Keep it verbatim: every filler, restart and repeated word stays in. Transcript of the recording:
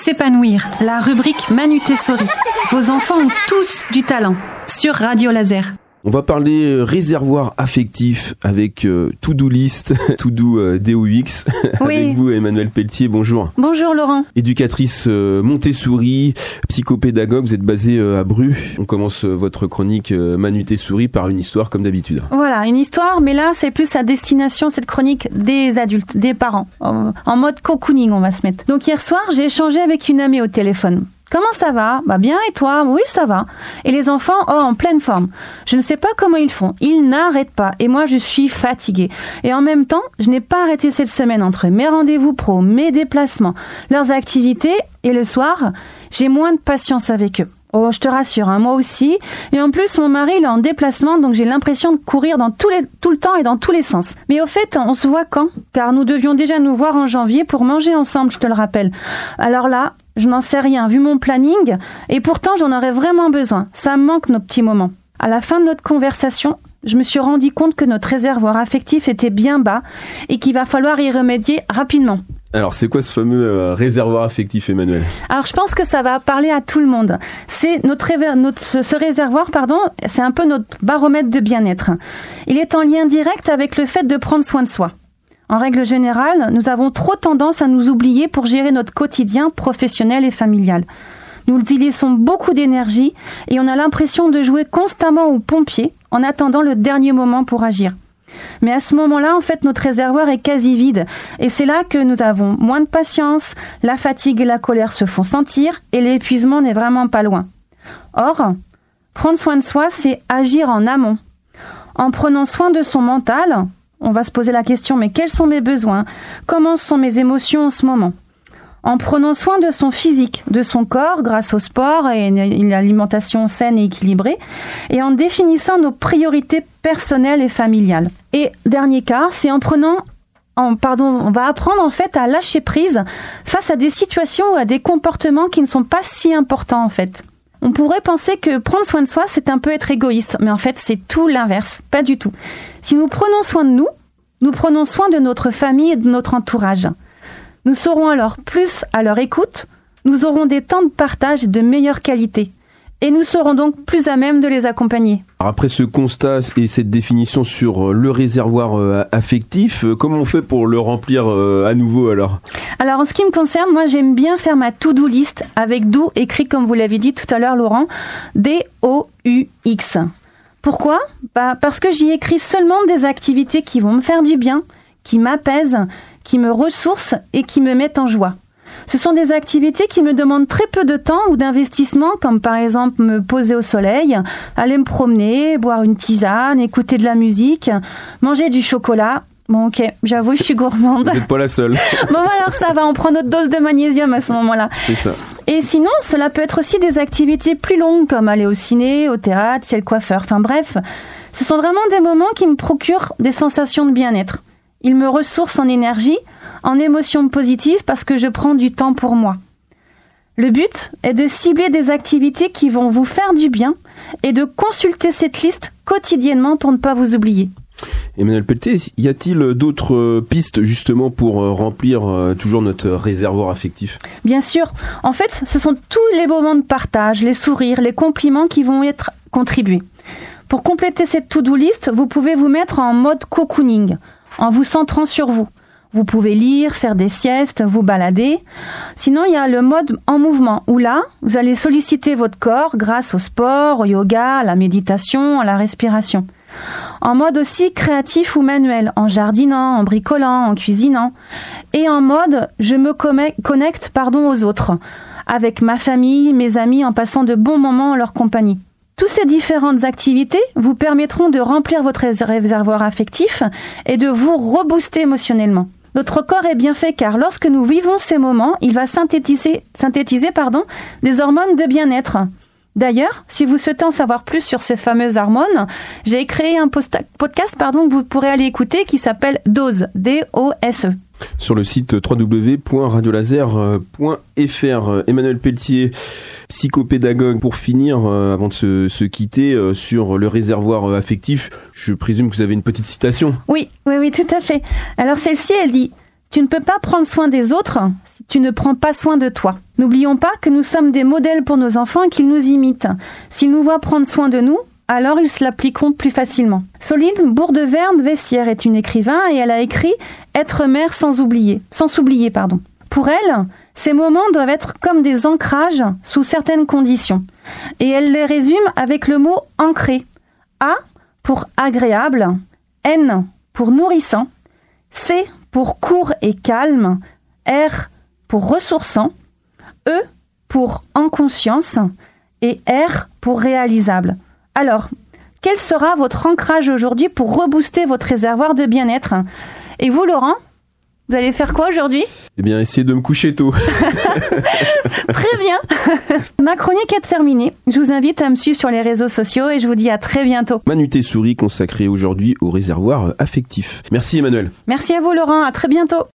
S'épanouir, la rubrique Manu Tessori. Vos enfants ont tous du talent sur Radio Laser. On va parler réservoir affectif avec euh, To-Do List, To-Do euh, D O X, oui. Avec vous Emmanuelle Pelletier, bonjour. Bonjour Laurent. Éducatrice euh, Montessori, psychopédagogue, vous êtes basée euh, à Bru. On commence euh, votre chronique euh, Manu Tessori par une histoire comme d'habitude. Voilà, une histoire, mais là c'est plus à destination, cette chronique, des adultes, des parents, en, en mode cocooning on va se mettre. Donc hier soir, j'ai échangé avec une amie au téléphone. Comment ça va ? Bah bien, et toi ? Oui, ça va. Et les enfants, oh, en pleine forme. Je ne sais pas comment ils font. Ils n'arrêtent pas. Et moi, je suis fatiguée. Et en même temps, je n'ai pas arrêté cette semaine entre mes rendez-vous pro, mes déplacements, leurs activités. Et le soir, j'ai moins de patience avec eux. Oh, je te rassure, hein, moi aussi. Et en plus, mon mari, il est en déplacement, donc j'ai l'impression de courir dans tous les, tout le temps et dans tous les sens. Mais au fait, on se voit quand ? Car nous devions déjà nous voir en janvier pour manger ensemble, je te le rappelle. Alors là, je n'en sais rien, vu mon planning, et pourtant j'en aurais vraiment besoin. Ça me manque nos petits moments. À la fin de notre conversation, je me suis rendu compte que notre réservoir affectif était bien bas et qu'il va falloir y remédier rapidement. Alors, c'est quoi ce fameux euh, réservoir affectif, Emmanuel ? Alors, je pense que ça va parler à tout le monde. C'est notre, notre ce réservoir, pardon, c'est un peu notre baromètre de bien-être. Il est en lien direct avec le fait de prendre soin de soi. En règle générale, nous avons trop tendance à nous oublier pour gérer notre quotidien professionnel et familial. Nous y laissons beaucoup d'énergie et on a l'impression de jouer constamment au pompier en attendant le dernier moment pour agir. Mais à ce moment-là, en fait, notre réservoir est quasi vide. Et c'est là que nous avons moins de patience, la fatigue et la colère se font sentir et l'épuisement n'est vraiment pas loin. Or, prendre soin de soi, c'est agir en amont. En prenant soin de son mental, on va se poser la question, mais quels sont mes besoins ? Comment sont mes émotions en ce moment ? En prenant soin de son physique, de son corps, grâce au sport et une alimentation saine et équilibrée, et en définissant nos priorités personnelles et familiales. Et dernier cas, c'est en prenant, en, pardon, on va apprendre en fait à lâcher prise face à des situations ou à des comportements qui ne sont pas si importants en fait. On pourrait penser que prendre soin de soi, c'est un peu être égoïste, mais en fait, c'est tout l'inverse, pas du tout. Si nous prenons soin de nous, nous prenons soin de notre famille et de notre entourage. Nous serons alors plus à leur écoute, nous aurons des temps de partage de meilleure qualité et nous serons donc plus à même de les accompagner. Alors après ce constat et cette définition sur le réservoir affectif, comment on fait pour le remplir à nouveau alors ? Alors en ce qui me concerne, moi j'aime bien faire ma to-do list avec do écrit comme vous l'avez dit tout à l'heure Laurent, D O U X. Pourquoi ? Bah, parce que j'y écris seulement des activités qui vont me faire du bien, qui m'apaisent, qui me ressourcent et qui me mettent en joie. Ce sont des activités qui me demandent très peu de temps ou d'investissement, comme par exemple me poser au soleil, aller me promener, boire une tisane, écouter de la musique, manger du chocolat. Bon ok, j'avoue, je suis gourmande. Vous n'êtes pas la seule. Bon alors ça va, on prend notre dose de magnésium à ce moment-là. C'est ça. Et sinon, cela peut être aussi des activités plus longues, comme aller au ciné, au théâtre, chez le coiffeur. Enfin bref, ce sont vraiment des moments qui me procurent des sensations de bien-être. Ils me ressourcent en énergie, en émotions positives parce que je prends du temps pour moi. Le but est de cibler des activités qui vont vous faire du bien et de consulter cette liste quotidiennement pour ne pas vous oublier. Emmanuelle Pelletier, y a-t-il d'autres pistes justement pour remplir toujours notre réservoir affectif ? Bien sûr. En fait, ce sont tous les moments de partage, les sourires, les compliments qui vont être contribués. Pour compléter cette to-do list, vous pouvez vous mettre en mode cocooning, en vous centrant sur vous. Vous pouvez lire, faire des siestes, vous balader. Sinon, il y a le mode en mouvement, où là, vous allez solliciter votre corps grâce au sport, au yoga, à la méditation, à la respiration. En mode aussi créatif ou manuel, en jardinant, en bricolant, en cuisinant. Et en mode je me connecte pardon, aux autres, avec ma famille, mes amis, en passant de bons moments en leur compagnie. Toutes ces différentes activités vous permettront de remplir votre réservoir affectif et de vous rebooster émotionnellement. Notre corps est bien fait car lorsque nous vivons ces moments, il va synthétiser, synthétiser pardon, des hormones de bien-être. D'ailleurs, si vous souhaitez en savoir plus sur ces fameuses hormones, j'ai créé un posta- podcast pardon, que vous pourrez aller écouter qui s'appelle Dose, D O S E. Sur le site w w w point radio laser point f r. Emmanuelle Pelletier, psychopédagogue, pour finir, euh, avant de se, se quitter, euh, sur le réservoir euh, affectif, je présume que vous avez une petite citation. Oui, oui, oui, tout à fait. Alors celle-ci, elle dit « Tu ne peux pas prendre soin des autres si tu ne prends pas soin de toi. N'oublions pas que nous sommes des modèles pour nos enfants et qu'ils nous imitent. S'ils nous voient prendre soin de nous, alors ils se l'appliqueront plus facilement. Soline Bourdeverne-Vessière est une écrivain et elle a écrit « Être mère sans oublier », sans s'oublier, pardon. Pour elle, ces moments doivent être comme des ancrages sous certaines conditions. Et elle les résume avec le mot « ancré ». A pour agréable, N pour nourrissant, C pour court et calme, R pour ressourçant, E pour en conscience et R pour réalisable. Alors, quel sera votre ancrage aujourd'hui pour rebooster votre réservoir de bien-être ? Et vous, Laurent ? Vous allez faire quoi aujourd'hui ? Eh bien, essayer de me coucher tôt. Très bien. Ma chronique est terminée. Je vous invite à me suivre sur les réseaux sociaux et je vous dis à très bientôt. Manu Tessouris consacré aujourd'hui au réservoir affectif. Merci Emmanuel. Merci à vous Laurent, à très bientôt.